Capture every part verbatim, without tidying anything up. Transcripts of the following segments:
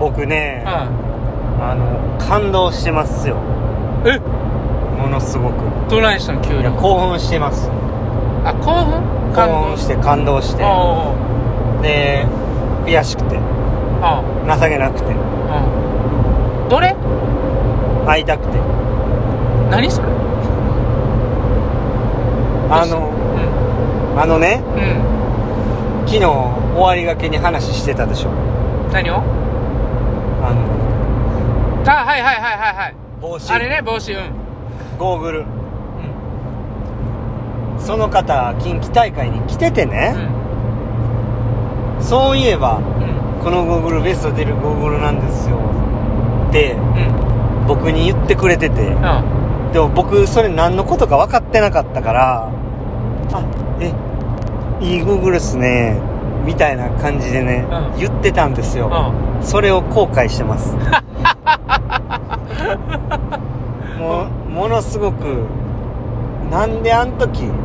僕ね、 うん、 あの感動してますよ。 え、 ものすごく。 どないしたの急に。 いや興奮してます。 あ、興奮興奮して感動して、 おうで悔しくて、 おう情けなくて、 うん、どれ会いたくて。 何それ。 あの、 うん、 あのね、 うん、 昨日終わりがけに話してたでしょ。 何を。 あのあ、はいはいはいはいはい、 帽子、 あれね、帽子。うん、 ゴーグル、 うん、 その方近畿大会に来ててね、 うん、 そういえば、 うん、 このゴーグルベスト出るゴーグルなんですよってうん、 僕に言ってくれてて、 うん、 でも僕それ何のことか分かってなかったから、あ、え、いいゴーグルっすねみたいな感じでね、 うん、 言ってたんですよ、うん、それを後悔してますもうものすごく、なんであの時、うん、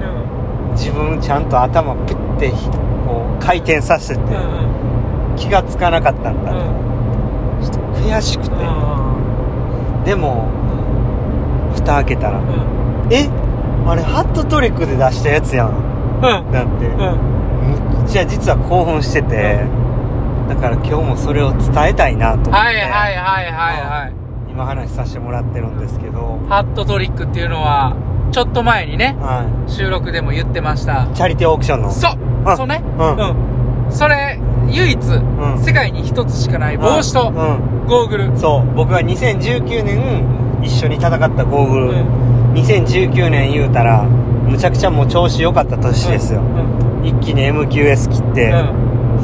自分ちゃんと頭ピッてこう回転させて、うんうん、気がつかなかったんだと、うん、ちょっと悔しくて、うん、でも蓋開けたら、うん、え、あれハットトリックで出したやつやん、うん、だって、うん、むっちゃ実は興奮してて、うん、だから今日もそれを伝えたいなと思って、はいはいはいはいはい、今話させてもらってるんですけど、 ハットトリックっていうのはちょっと前にね、はい、収録でも言ってました。 チャリティーオークションの。 そう、うん、そうね、うん、うん、それ唯一、うん、世界に一つしかない帽子と、うん、ゴーグル。 そう、僕がにせんじゅうきゅうねん一緒に戦ったゴーグル、うん、にせんじゅうきゅうねん言うたらむちゃくちゃもう調子良かった年ですよ、うんうん、一気に エムキューエス 切って、うん、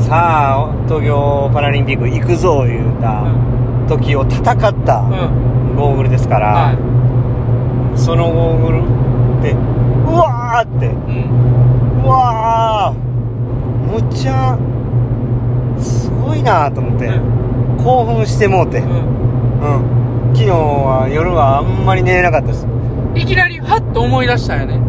さあ東京パラリンピック行くぞ言うた時を戦ったゴーグルですから、はい、そのゴーグルってうわーって、うん、うわーむっちゃすごいなと思って、うん、興奮してもうて、うん、うん、昨日は夜はあんまり寝れなかったです。 いきなりハッと思い出したよね、うん、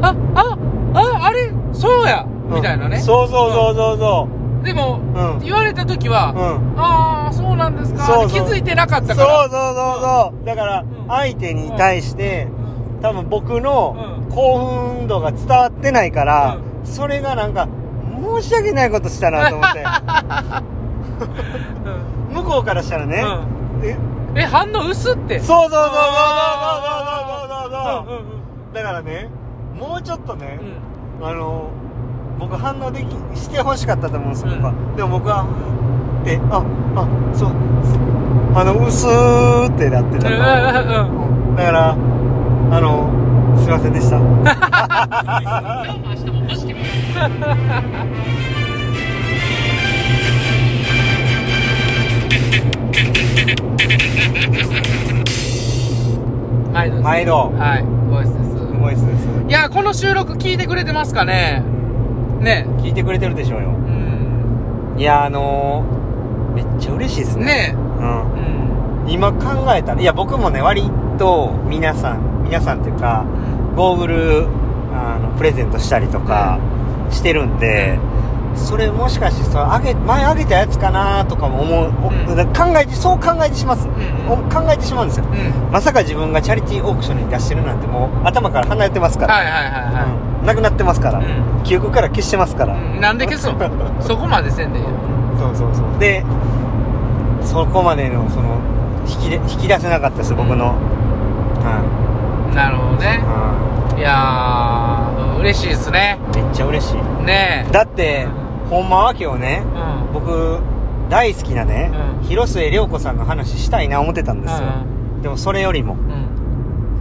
あ、あ、あ、あれそうや、うん、みたいなね。 そうそうそうそうそう、 うん、でも、うん、言われた時は、うん、ああそうなんですか、そうそう、気づいてなかったから。 そうそうそうそう、だから相手に対して、うん、多分僕の興奮度が伝わってないから、うん、それがなんか申し訳ないことしたなと思って、うん、向こうからしたらね、うん、ええ、反応薄って。 そうそうそうそうそうそうそうそう、だからね、もうちょっとね、うん、あの僕反応できしてほしかったと思うんですよ、うん、でも僕はで、あ、あ、そう、あの薄ーってなってたと、うん、だからあのすいませんでした毎度です。 毎度、 はい、ボイスです。 ボイスです。 いや、この収録聞いてくれてますかね。ね、 聞いてくれてるでしょうよ。うん。いや、あのー、めっちゃ嬉しいですね。 ね、 うん、うん。今考えたら、いや僕もね割と皆さん皆さんっていうか、うん、ゴーグルあのプレゼントしたりとかしてるんで。うん、それもしかしてそあげ前あげたやつかなとかも思う、うん、考えてそう考えてします、うん、考えてしまうんですよ、うん、まさか自分がチャリティーオークションに出してるなんてもう頭から離れてますから、 はいはいはいはい、 うん、なくなってますから、うん、記憶から消してますから、うん、 なんで消すのそこまでせんでいいよ。 そうそうそう、でそこまでのその引きで引き出せなかったです、僕の、 うん、なるほどね、うん、いやー嬉しいですね。 めっちゃ嬉しいねえ。 だって、うん、ほんまは今日ね、うん、僕大好きなね、うん、広末涼子さんの話したいな思ってたんですよ、うん、でもそれよりも、うん、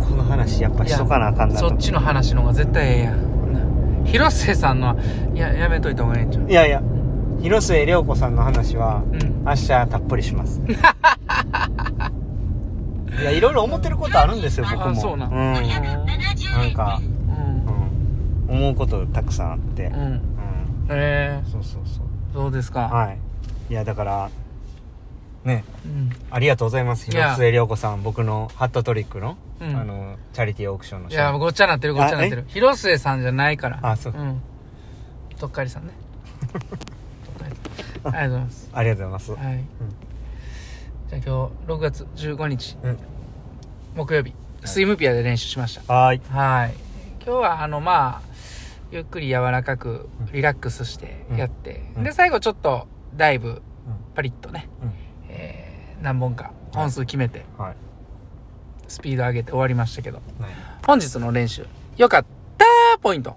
この話やっぱしとかなあかんなと。 そっちの話の方が絶対ええやん。広末さんのいややめといた方がええんちゃう。 いやいや、広末涼子さんの話は、うん、明日たっぷりしますいやいろいろ思ってることあるんですよ僕も。あ、そうな、うん、なんか、うん、思うことたくさんあって、うん、うん、 へえ、 そうそうそう、 そうですか。 はい。いやだからね、うん、ありがとうございます、広末涼子さん。僕のハットトリックの、うん、あのチャリティーオークションの。 いやごっちゃなってるごっちゃなってる。広末さんじゃないから。 あ、そう、うん、 とっかりさんねありがとうございます。 ありがとうございます。 はい、うん、 じゃあ今日ろくがつじゅうごにち、 うん、 木曜日、スイムピアで練習しました。 はい。 はい。今日はあのまあゆっくり柔らかくリラックスしてやって、うん、で最後ちょっとダイブパリッとね、うんえー、何本か本数決めて、はい、スピード上げて終わりましたけど、はい、本日の練習よかったポイント。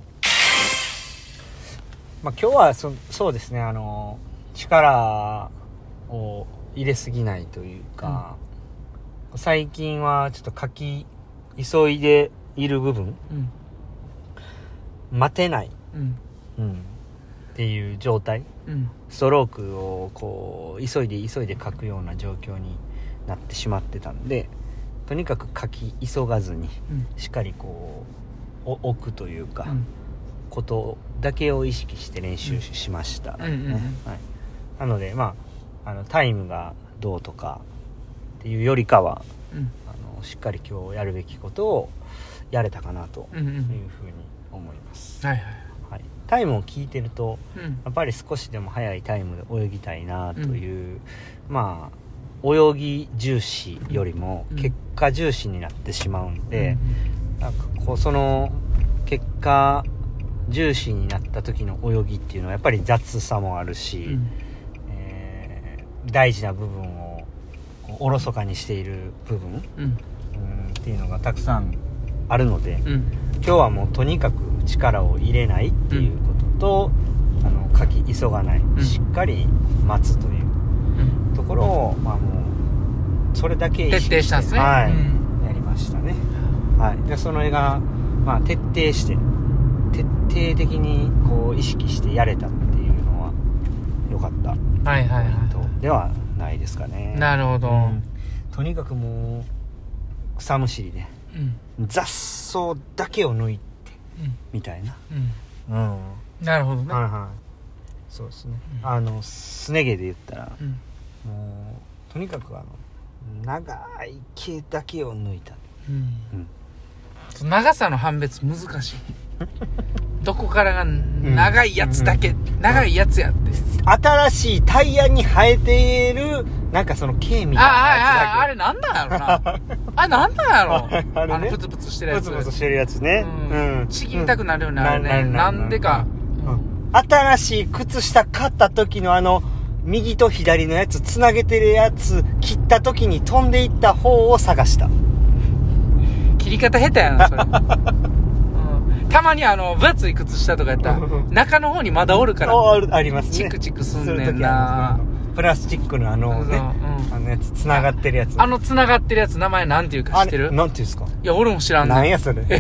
まあ今日は そ, そうですねあの力を入れすぎないというか、うん、最近はちょっと書き急いでいる部分、うん、待てない、うんうん、っていう状態、うん、ストロークをこう急いで急いで書くような状況になってしまってたんで、とにかく書き急がずに、うん、しっかりこう置くというか、うん、ことだけを意識して練習しました、うんうんうんはい、なのでまああのタイムがどうとかっていうよりかは、うん、あのしっかり今日やるべきことをやれたかなというふうに思います、うんうんはいはいはい、タイムを聞いてると、うん、やっぱり少しでも速いタイムで泳ぎたいなという、うん、まあ泳ぎ重視よりも結果重視になってしまうんで、うん、なんかこうその結果重視になった時の泳ぎっていうのはやっぱり雑さもあるし、うんえー、大事な部分をおろそかにしている部分、うんうん、っていうのがたくさんあるので、うん、今日はもうとにかく力を入れないっていうことと、うん、あの書き急がない、うん、しっかり待つというところを、まあ、もうそれだけ意識して徹底したんですね、 はいうん、 やりましたね、はい、でその絵が、まあ、徹底して徹底的にこう意識してやれたっていうのは良かったポイントではないですかね、はいはいはい、 なるほど、うん、 とにかくもう草むしりで、うん、雑草だけを抜いて、うん、みたいな、うんうん、なるほどね、 はいはい、そうですね、うん、あのすね毛で言ったら、うん、もうとにかくあの長い毛だけを抜いた、うんうん、長さの判別難しいどこからが長いやつだけ、うん、長いやつやって新しいタイヤに生えているなんかその毛みたいなやつだけあああれなんなんやろなあれなんなんやろあ, れ、ね、あのプツプツしてるやつプツプツしてるやつね、 うんうん、ちぎりたくなるようになるね、うん、なんでか、 うん、新しい靴下買った時のあの右と左のやつつなげてるやつ切った時に飛んでいった方を探した。 切り方下手やなそれたまにあの分厚い靴下とかやったら中の方にまだおるからあ, ありますねチクチクすんねんな、 プラスチックのあのね、うん、あのやつつながってるやつ、 あのつながってるやつ名前なんていうか知ってる？ なんていうんですか？ いや俺も知らんねん。 なんやそれ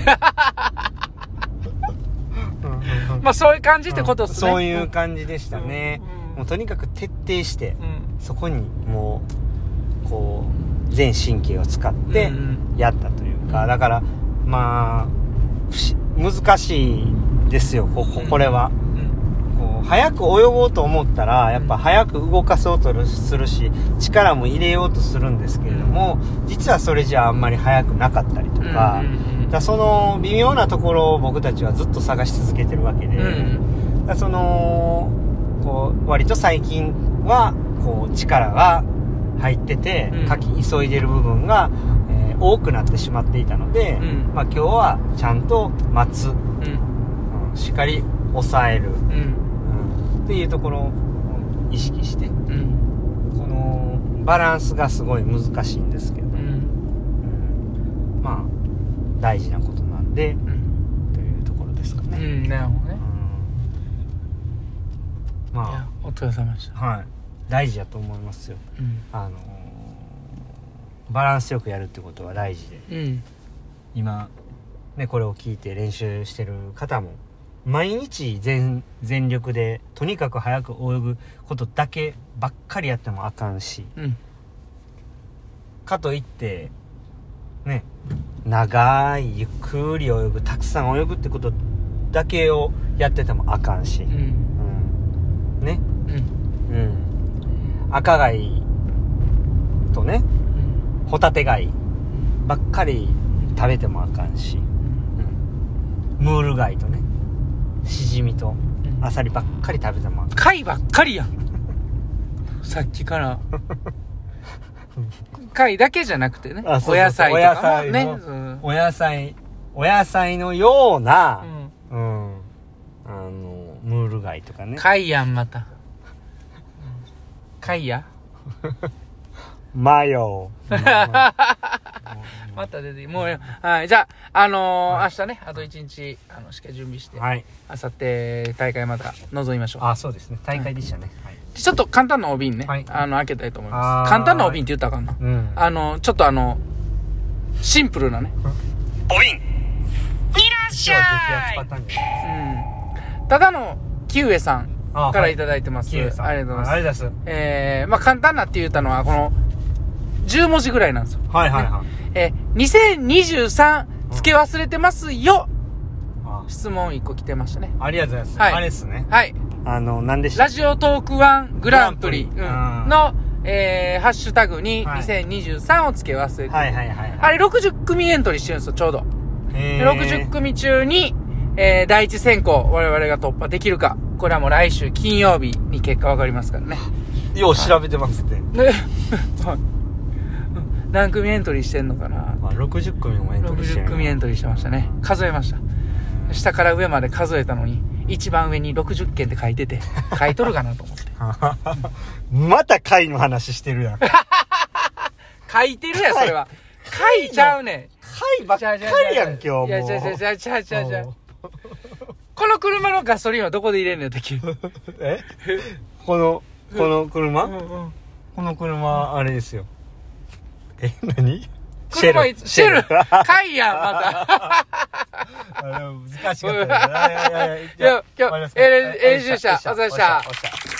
まあそういう感じってことっすね、 うん、そういう感じでしたね、うんうん、もうとにかく徹底して、うん、そこにもうこう全神経を使ってやったというか、うんうん、だからまあ難しいですよ こ, これは、うん、こう早く泳ごうと思ったらやっぱ早く動かそうとするし力も入れようとするんですけれども、実はそれじゃあんまり早くなかったりとか、うんうんうん、だその微妙なところを僕たちはずっと探し続けてるわけで、うん、だそのこう割と最近はこう力が入ってて、うん、書き急いでる部分が多くなってしまっていたので、うんまあ、今日はちゃんと待つ、うんうん、しっかり抑える、うんうん、っていうところを意識して、うん、このバランスがすごい難しいんですけど、うんうん、まあ大事なことなんで、うん、というところですかね、うん、なるほどね、うん、まあいやお疲れ様でした、 はい、大事だと思いますよ、うん、あのバランスよくやるってことは大事で、うん、今ねこれを聞いて練習してる方も毎日 全, 全力でとにかく早く泳ぐことだけばっかりやってもあかんし、うん、かといってね長いゆっくり泳ぐたくさん泳ぐってことだけをやっててもあかんし、うんうん、ね、うんうん、赤貝とねホタテ貝ばっかり食べてもあかんし、うん、ムール貝とねシジミとアサリばっかり食べてもあかん。 貝ばっかりやんさっきから貝だけじゃなくてね。 あそうそうそうお野菜とかもね。 お野菜のうんお野菜、お野菜のような、 うんうん。あの、ムール貝とかね。 貝やん、また。貝やマヨ。 また出て、もう、はい。じゃあ、あのー、明日ね、あと一日、あの、しっかり準備して、 はい。 あさって大会また臨みましょう。 あ、そうですね。大会でしたね。はい。 ちょっと簡単なお瓶ね、 はいあの、開けたいと思いあーます。簡単なお瓶って言ったらあかんな。 うん。 あの、ちょっとあの、シンプルなね。 お瓶いらっしゃいパターンじゃないうん。ただの、キウエさんあからいただいてます。 キウエさん。 ありがとうございます。 ありがとうございまえー、まあ簡単なって言ったのは、この、じゅう文字ぐらいなんですよ。 す。はいはいはい。 えー、にせんにじゅうさん、付け忘れてますよ、 あ質問いっこ来てましたね。 ありがとうございます。 はいあれですね。 はい。 あの、何でしたラジオトークワングランプリ、 グランプリうんうんの、えー、ハッシュタグにはいにせんにじゅうさんを付け忘れて、 はいはいはいはい。 あれろくじゅっ組エントリーしてるんですよ、ちょうど。 へーでろくじゅっ組中に、えー、第一選考、我々が突破できるか。これはもう来週金曜日に結果わかりますからね。 よう調べてますって。 ね何組エントリーしてんのかな。 まあ、ろくじゅっ組もエントリーしてる。 ろくじゅっ組エントリーしてましたね。数えました。下から上まで数えたのに、一番上にろくじゅっけんって書いてて、書いとるかなと思って。 また貝の話してるやん。 書いてるやん、それは。書いちゃうねん。 貝ばっかりやん、今日もう。 いや、じゃじゃじゃじゃじゃじゃこの車のガソリンはどこで入れんのよ、敵。 えこの、この車、 うんうんこの車、あれですよ。え、何車いつ、シェル買いやん、また。 あでも難しかったね。いやいやいやいや、今日、えー、練習者、お疲れ様でした。